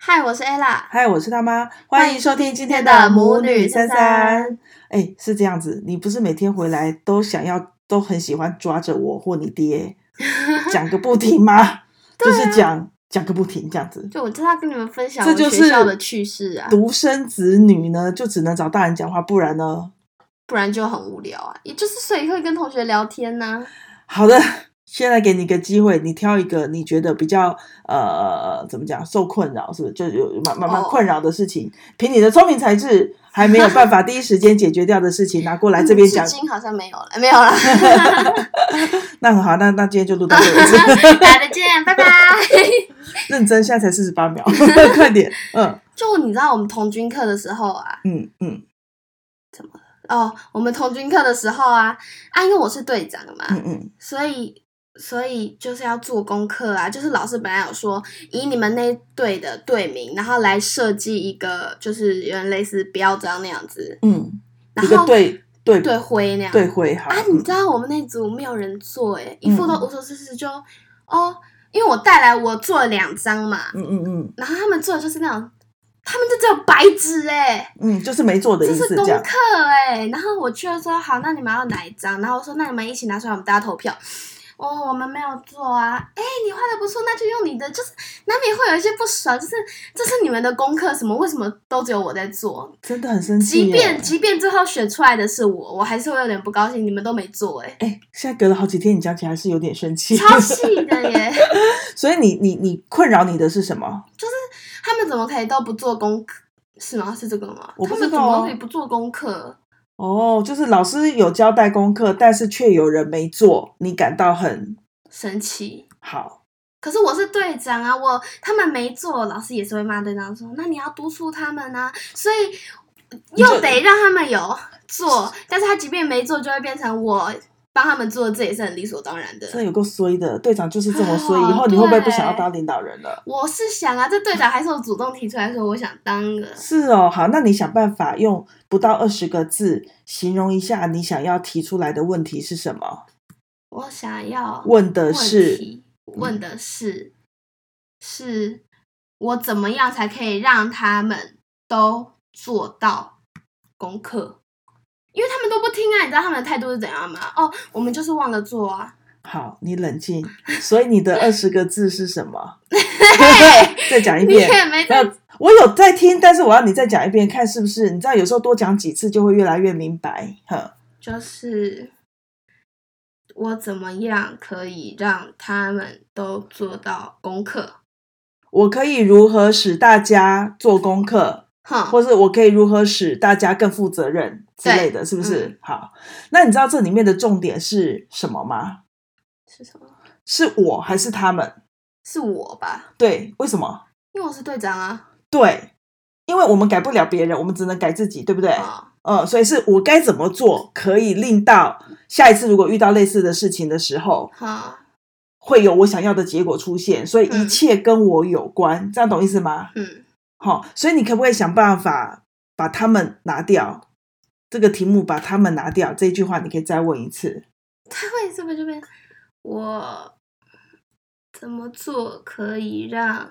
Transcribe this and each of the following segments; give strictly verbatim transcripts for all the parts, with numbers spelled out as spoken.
嗨，我是 Ella。 嗨，我是他妈，欢迎收听今天的母女三三。哎，是这样子，你不是每天回来都想要，都很喜欢抓着我或你爹讲个不停吗？啊、就是讲讲个不停这样子。 就我知道跟你们分享我学校的趣事啊。 独生子女呢，就只能找大人讲话，不然呢？ 不然就很无聊啊。也就是所以会跟同学聊天呢、啊。 好的。现在给你一个机会，你挑一个你觉得比较呃怎么讲受困扰，是不是就有蛮蛮蛮困扰的事情？凭、oh. 你的聪明才智还没有办法第一时间解决掉的事情，拿过来这边讲。 至今好像没有了，没有了。 那很好，那那今天就录到这里。 大家见，拜拜。 认真，现在才四十八秒，快点。嗯， 就你知道我们童军课的时候啊， 嗯嗯， 怎么了？哦，我们童军课的时候啊，啊，因为我是队长嘛， 嗯嗯， 所以。所以就是要做功课啊，就是老师本来有说以你们那队的队名，然后来设计一个就是有点类似标章那样子， 嗯， 然后队队队徽那样， 队徽好啊，你知道我们那组没有人做诶、欸，一副都无所事事就、嗯、哦，因为我带来我做了两张嘛， 嗯嗯嗯， 然后他们做的就是那种，他们就只有白纸诶， 嗯，就是没做的意思， 这是功课诶、欸，然后我去了说好，那你们要哪一张？然后我说那你们一起拿出来，我们大家投票。哦，我们没有做啊！哎，你画的不错，那就用你的。就是难免会有一些不爽，就是这是你们的功课，什么为什么都只有我在做？ 真的很生气。 即便即便最后选出来的是我，我还是会有点不高兴。你们都没做、欸，哎哎，现在隔了好几天，你讲起来还是有点生气， 超气的耶！ 所以你你你困扰你的是什么？ 就是他们怎么可以都不做功课？是吗？是这个吗？ 我不知道、啊、 他们怎么可以不做功课？ 哦，就是老师有交代功课，但是却有人没做，你感到很生气。 好， 可是我是队长啊，我他们没做，老师也是会骂队长说，那你要督促他们啊，所以又得让他们有做，但是他即便没做，就会变成我帮他们做，这也是很理所当然的。 这有够衰的，队长就是这么衰、哦、以后你会不会不想要当领导人了？ 我是想啊，这队长还是我主动提出来说我想当的。 是哦，好，那你想办法用不到二十个字形容一下你想要提出来的问题是什么？ 我想要问的是问的是、嗯、是我怎么样才可以让他们都做到功课，因为他们都不听啊，你知道他们的态度是怎样吗？哦，我们就是忘了做啊。 好，你冷静。所以你的二十个字是什么？再讲一遍。 你也没在， 我有在听，但是我要你再讲一遍，看是不是？你知道有时候多讲几次就会越来越明白。呵， 就是我怎么样可以让他们都做到功课？ 我可以如何使大家做功课？或是我可以如何使大家更负责任之类的，是不是、嗯？好，那你知道这里面的重点是什么吗？ 是什么？ 是我还是他们？ 是我吧。 对，为什么？ 因为我是队长啊。 对，因为我们改不了别人，我们只能改自己，对不对？ 哦、 嗯，所以是我该怎么做可以令到下一次如果遇到类似的事情的时候、 哦、 会有我想要的结果出现，所以一切跟我有关、嗯、这样懂意思吗？ 嗯， 好，所以你可不可以想办法把他们拿掉？这个题目把他们拿掉，这句话你可以再问一次。 他会这么这边，我怎么做可以让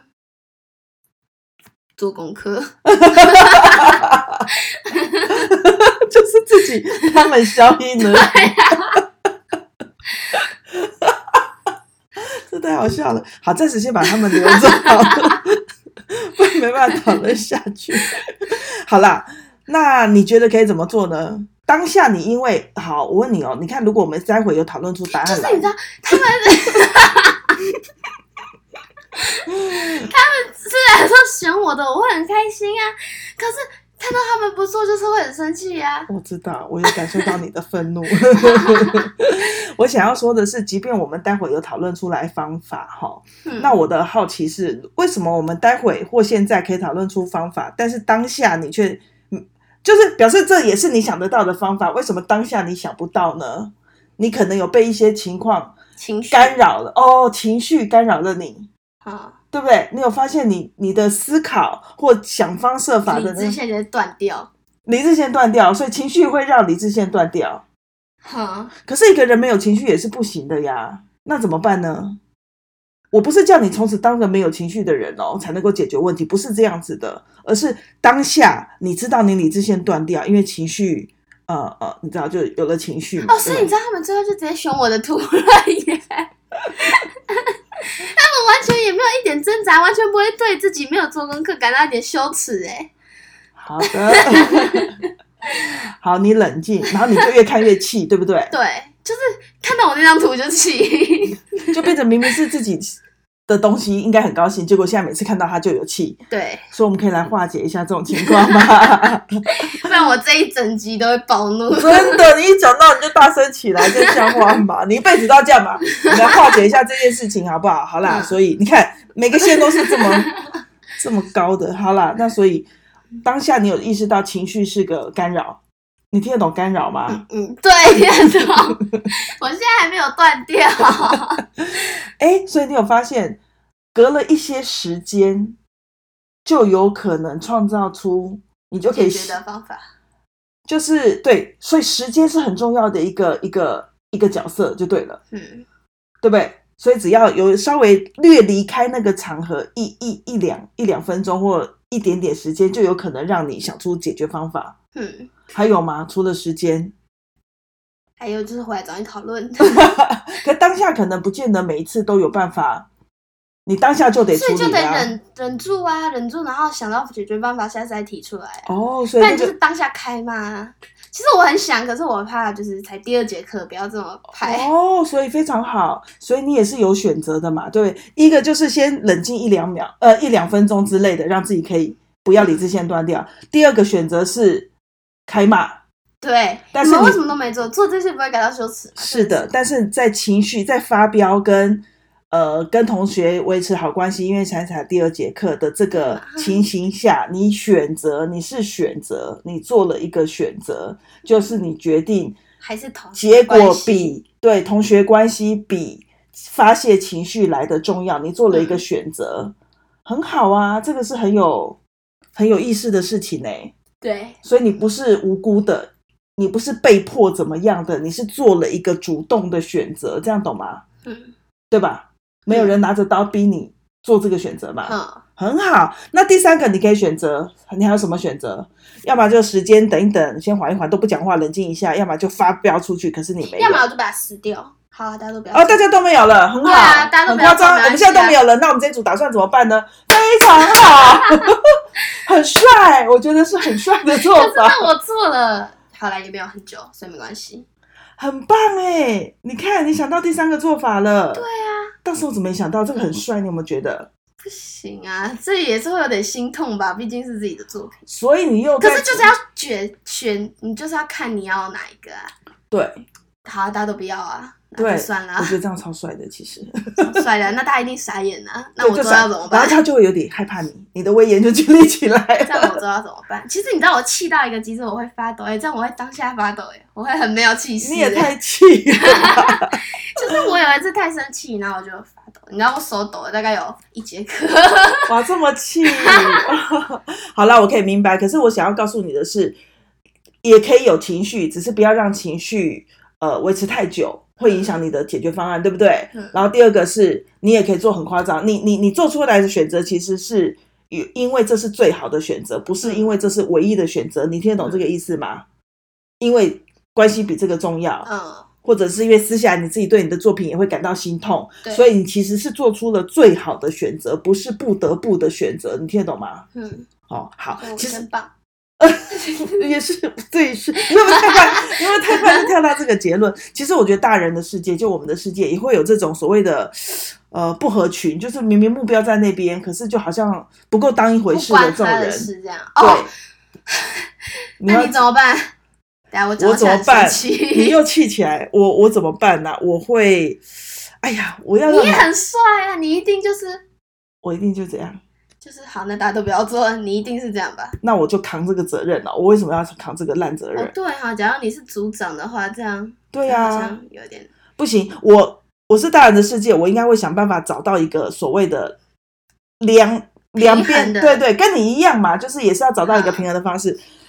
做功课？ 就是自己他们消音了。这太好笑了。好，暂时先把他们留着好了。不然没办法讨论下去。好啦，那你觉得可以怎么做呢？当下你因为好，我问你哦，你看如果我们待会有讨论出答案来， 就是你知道他们他们虽然说选我的我会很开心啊，可是看到他们不做就是会很生气啊。 我知道，我有感受到你的愤怒。我想要说的是，即便我们待会有讨论出来方法、嗯、那我的好奇是为什么我们待会或现在可以讨论出方法，但是当下你却就是表示这也是你想得到的方法，为什么当下你想不到呢？你可能有被一些情况干扰了哦，情绪干扰了你、 啊、 对不对？你有发现你你的思考或想方设法的理智线就断掉， 理智线断掉，所以情绪会让理智线断掉。 哈， 可是一个人没有情绪也是不行的呀，那怎么办呢？ 我不是叫你从此当个没有情绪的人哦，才能够解决问题，不是这样子的，而是当下你知道你理智线断掉，因为情绪，呃呃，你知道就有了情绪嘛。 哦，所以你知道他们最后就直接选我的图了耶。他们完全也没有一点挣扎，完全不会对自己没有做功课感到一点羞耻哎。 好的，好，你冷静，然后你就越看越气，对不对？ 对，就是看到我那张图就气， 就变成明明是自己的东西应该很高兴，结果现在每次看到它就有气。 对， 所以我们可以来化解一下这种情况吗？ 不然我这一整集都会暴怒。 真的，你一讲到你就大声起来，就像话嘛？你一辈子都要这样嘛？我们来化解一下这件事情好不好？好啦，嗯、所以你看每个线都是这么这么高的。好啦，那所以当下你有意识到情绪是个干扰。你听得懂干扰吗？ 嗯嗯，对，听得懂。我现在还没有断掉。 哎，所以你有发现，隔了一些时间，就有可能创造出你就可以解决的方法。 就是对，所以时间是很重要的一个一个一个角色，就对了。嗯，对不对？所以只要有稍微略离开那个场合一一一两一两分钟或一点点时间，就有可能让你想出解决方法。嗯。还有吗？除了时间， 还有就是回来找你讨论。 可当下可能不见得每一次都有办法，你当下就得处理、啊、 所以就得忍忍住啊，忍住，然后想到解决办法，下次再提出来、啊。 哦，所以、 那個、就是当下开嘛。其实我很想，可是我怕就是才第二节课不要这么拍。 哦，所以非常好，所以你也是有选择的嘛，对，一个就是先冷静一两秒，呃，一两分钟之类的，让自己可以不要理智线断掉。第二个选择是开骂， 对， 但是你们为什么都没做？做这些不会感到羞耻吗？ 是的，但是在情绪、在发飙跟呃跟同学维持好关系，因为闪闪第二节课的这个情形下，你选择，你是选择，你做了一个选择，就是你决定还是同学结果比对同学关系比发泄情绪来的重要，你做了一个选择，嗯、很好啊，这个是很有很有意思的事情呢、欸。 对， 所以你不是无辜的，你不是被迫怎么样的，你是做了一个主动的选择，这样懂吗？嗯，对吧？没有人拿着刀逼你做这个选择嘛。嗯，很好。那第三个你可以选择，你还有什么选择？要么就时间等一等，先缓一缓，都不讲话，冷静一下；要么就发飙出去，可是你没有。 要么我就把它撕掉。好、啊，大家都不要。 哦，大家都没有了，很好， 啊、大家都不要很夸张。我们现在都没有了，那我们这一组打算怎么办呢？非常好，很帅，我觉得是很帅的做法。可是那我做了，好啦，也没有很久，所以没关系。 很棒哎！你看，你想到第三个做法了。 对啊， 到时候怎么没想到这个很帅？你有没有觉得？ 不行啊，这也是会有点心痛吧，毕竟是自己的作品。 所以你又可是就是要选选，你就是要看你要哪一个啊。 对。 好，大家都不要啊。 对， 算了， 我觉得这样超帅的，其实超帅的，那大家一定傻眼啊！那我知道要怎么办？ 然后他就会有点害怕你，你的威严就建立起来了。 这样我知道要怎么办。其实你知道我气到一个极致，我会发抖哎、欸，这样我会当下发抖哎、欸，我会很没有气势、欸。 你也太气了吧！ 就是我有一次太生气，然后我就发抖，你知道我手抖了大概有一节课。 哇，这么气！好啦，我可以明白。可是我想要告诉你的是，也可以有情绪，只是不要让情绪呃维持太久。会影响你的解决方案，对不对？嗯、然后第二个是你也可以做很夸张，你你你做出来的选择其实是因为这是最好的选择，不是因为这是唯一的选择。你听得懂这个意思吗？因为关系比这个重要，嗯，或者是因为私下你自己对你的作品也会感到心痛，所以你其实是做出了最好的选择，不是不得不的选择。你听得懂吗？嗯，哦，好，其实真棒。 也是，对，是，因为太快，因为太快就跳到这个结论。其实我觉得大人的世界，就我们的世界，也会有这种所谓的呃不合群，就是明明目标在那边，可是就好像不够当一回事的这种人。 是这样， 对。 哦、那你怎么办？等下我我怎么办？你又气起来，我我怎么办呢、啊？我会，哎呀，我要让你也很帅啊，你一定就是， 我一定就这样。 就是好，那大家都不要做，你一定是这样吧？ 那我就扛这个责任了。我为什么要扛这个烂责任？ 哦、对哈、啊，假如你是组长的话，这样对啊， 好像有点不行。我我是大人的世界，我应该会想办法找到一个所谓的两两边，对对，跟你一样嘛，就是也是要找到一个平衡的方式。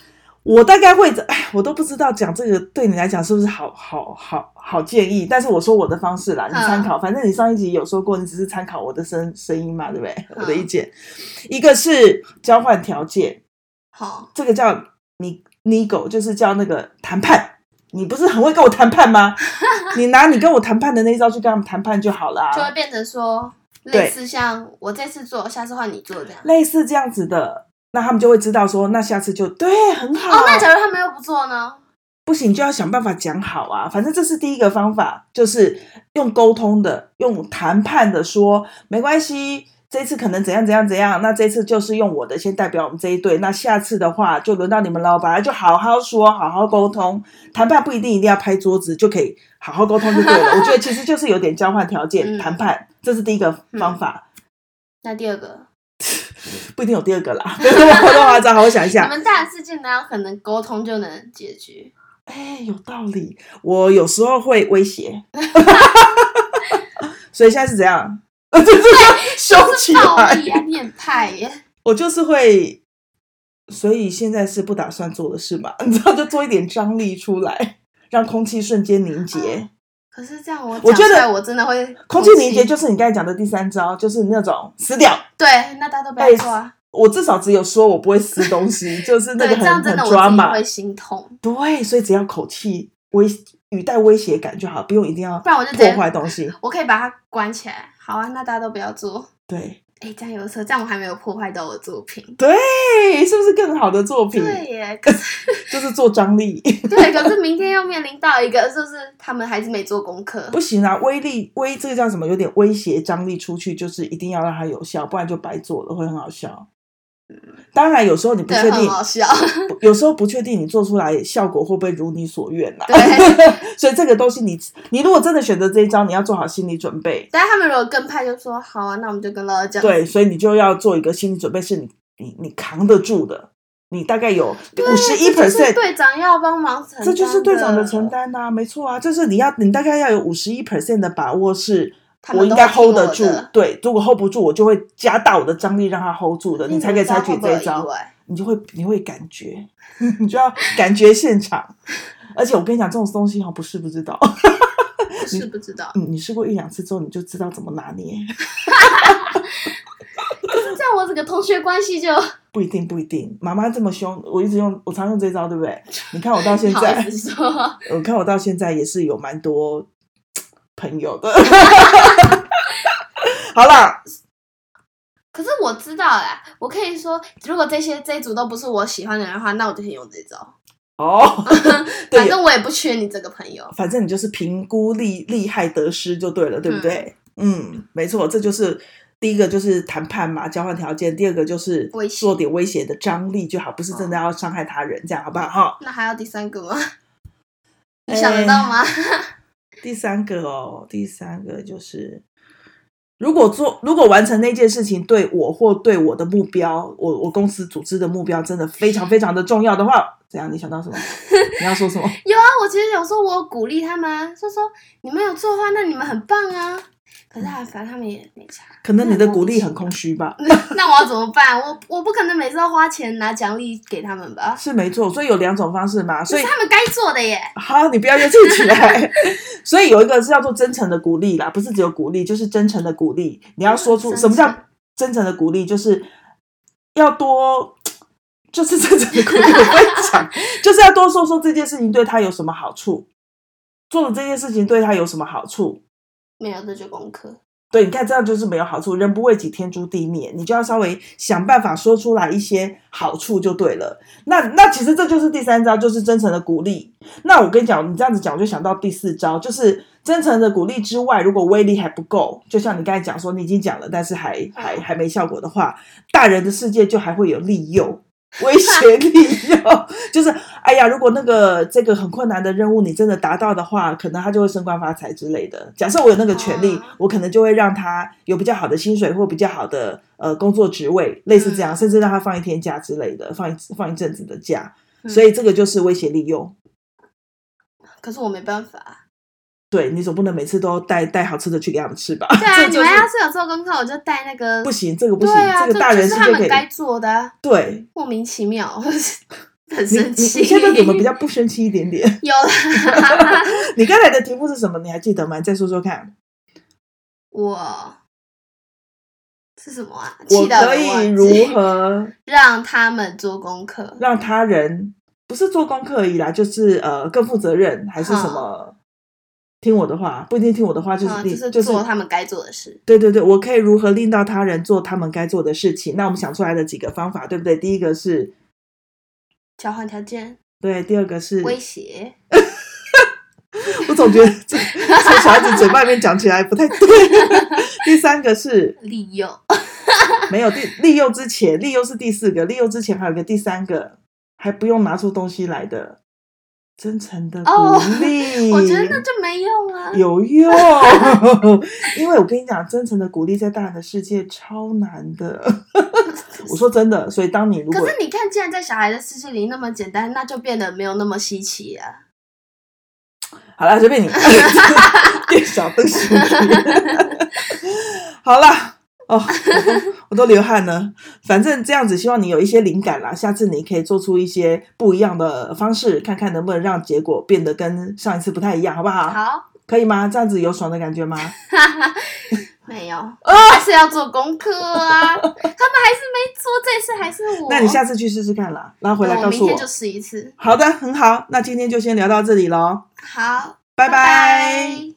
我大概会，哎，我都不知道讲这个对你来讲是不是好好好好建议，但是我说我的方式啦，你参考。反正你上一集有说过，你只是参考我的声声音嘛，对不对？我的意见，一个是交换条件， 好， 这个叫你 nego， 就是叫那个谈判。你不是很会跟我谈判吗？你拿你跟我谈判的那一招去跟他们谈判就好了、啊， 就会变成说类似像我这次做，下次换你做这样， 类似这样子的。那他们就会知道说，那下次就对，很好。 哦，那假如他们又不做呢？ 不行，就要想办法讲好啊。反正这是第一个方法，就是用沟通的，用谈判的说，没关系，这次可能怎样怎样怎样。那这次就是用我的先代表我们这一队，那下次的话就轮到你们了，本来就好好说，好好沟通。谈判不一定一定要拍桌子就可以好好沟通就对了。我觉得其实就是有点交换条件，嗯、谈判，这是第一个方法。 嗯、那第二个？ 不一定有第二个啦，不要那么夸张，好好想一下。 你们大的事情哪有可能沟通就能解决？ 哎，有道理。我有时候会威胁，所以现在是怎样？就是凶起来， 暴力啊！你很派耶。 我就是会，所以现在是不打算做的事嘛？你知道，就做一点张力出来，让空气瞬间凝结。 啊可是这样我我觉得我真的会空气凝结，就是你刚才讲的第三招，就是那种撕掉。 对，那大家都不要做啊。 我至少只有说我不会撕东西，就是那个很很抓马， 会心痛。 对，所以只要口气威语带威胁感就好，不用一定要不然我就破坏东西。 我可以把它关起来。好啊，那大家都不要做。 对。 哎，这样有车，这样我还没有破坏到我的作品。 对，是不是更好的作品？ 对耶，可是就是做张力。 对，可是明天又面临到一个，就是他们还是没做功课。 不行啊，威力威这个叫什么？有点威胁张力出去，就是一定要让它有效，不然就白做了，会很好笑。当然，有时候你不确定， 很好笑。 有时候不确定你做出来效果会不会如你所愿啦。 对， 所以这个东西你你如果真的选择这一招，你要做好心理准备。 但是他们如果跟派就说好啊，那我们就跟老师讲。 对，所以你就要做一个心理准备，是你你你扛得住的。你大概有五十一 percent， 队长要帮忙承担， 这就是队长的承担啊，没错啊，就是你要你大概要有五十一 percent 的把握是。我应该 hold 得住，对，如果 hold 不住，我就会加大我的张力让他 hold 住的，你才可以采取这一招。你就会你会感觉，你就要感觉现场。而且我跟你讲，这种东西不是不知道， 不是不知道， 嗯，你试过一两次之后，你就知道怎么拿捏。 可是这样，我整个同学关系就不一定不一定。妈妈这么凶，我一直用，我常用这招，对不对？你看我到现在，我看我到现在也是有蛮多朋友的。好啦， 可是我知道啦，我可以说，如果这些这一组都不是我喜欢的人的话，那我就可以用这招。 哦， 反正我也不缺你这个朋友。 反正你就是评估利利害得失就对了，对不对？嗯, 嗯，没错，这就是第一个就是谈判嘛，交换条件；第二个就是做点威胁的张力就好，不是真的要伤害他人，这样好不好？哈， 那还要第三个吗？你想得到吗？ 第三个哦，第三个就是。如果做，如果完成那件事情对我或对我的目标，我我公司组织的目标真的非常非常的重要的话，怎样？你想到什么？你要说什么？ 有啊，我其实有时候我有鼓励他们啊，说说你们有做的话，那你们很棒啊。可是反正他们也没差。 可能你的鼓励很空虚吧？ 那我要怎么办？我我不可能每次都花钱拿奖励给他们吧？ 是没错，所以有两种方式嘛。所以是他们该做的耶。 好，你不要又气起来。所以有一个是叫做真诚的鼓励啦，不是只有鼓励，就是真诚的鼓励。你要说出什么叫真诚的鼓励，就是要多，就是真诚的鼓励。我跟你讲，就是要多说说这件事情对他有什么好处，做的这件事情对他有什么好处。 没有，这就功课。 对，你看这样就是没有好处，人不为己，天诛地灭。你就要稍微想办法说出来一些好处就对了。那那其实这就是第三招，就是真诚的鼓励。那我跟你讲，你这样子讲，我就想到第四招，就是真诚的鼓励之外，如果威力还不够，就像你刚才讲说，你已经讲了，但是还还还没效果的话，大人的世界就还会有利诱。威胁利诱，就是哎呀，如果那个这个很困难的任务你真的达到的话，可能他就会升官发财之类的。假设我有那个权利，啊、我可能就会让他有比较好的薪水或比较好的呃工作职位，类似这样，嗯、甚至让他放一天假之类的，放一放一阵子的假。嗯、所以这个就是威胁利诱。 可是我没办法。 对，你总不能每次都带带好吃的去给他们吃吧？ 对啊， 就是、 你们要是有做功课，我就带那个。 不行，这个不行， 啊、 这个大人是他们该做的、啊。 对， 莫名其妙， 很生气。 你 你, 你现在怎么比较不生气一点点？ 有啦。 你刚才的题目是什么？你还记得吗？你再说说看。 我是什么啊？ 我可以如何让他们做功课？ 让他人不是做功课而已啦，就是呃更负责任，还是什么？听我的话，不一定听我的话，就是你、 嗯、就是做他们该做的事。 对对对，我可以如何令到他人做他们该做的事情？那我们想出来的几个方法，对不对？第一个是交换条件， 对，第二个是威胁。 我总觉得这从小孩子嘴巴里面讲起来不太对。第三个是利诱。 没有第利诱之前，利诱是第四个，利诱之前还有个第三个，还不用拿出东西来的。真诚的鼓励、 哦、我觉得那就没用啊。 有用。因为我跟你讲，真诚的鼓励在大人的世界超难的。我说真的，所以当你如果可是你看，既然在小孩的世界里那么简单，那就变得没有那么稀奇啊。 好啦，随便你。变小灯数据。好啦，哦，我都我都流汗了。反正这样子，希望你有一些灵感啦。下次你可以做出一些不一样的方式，看看能不能让结果变得跟上一次不太一样，好不好？ 好， 可以吗？这样子有爽的感觉吗？ 没有，还是要做功课啊。他们还是没做，这次还是我。 那你下次去试试看啦，然后回来告诉我。 我明天就试一次。 好的，很好。那今天就先聊到这里咯。 好， 拜拜。 拜拜。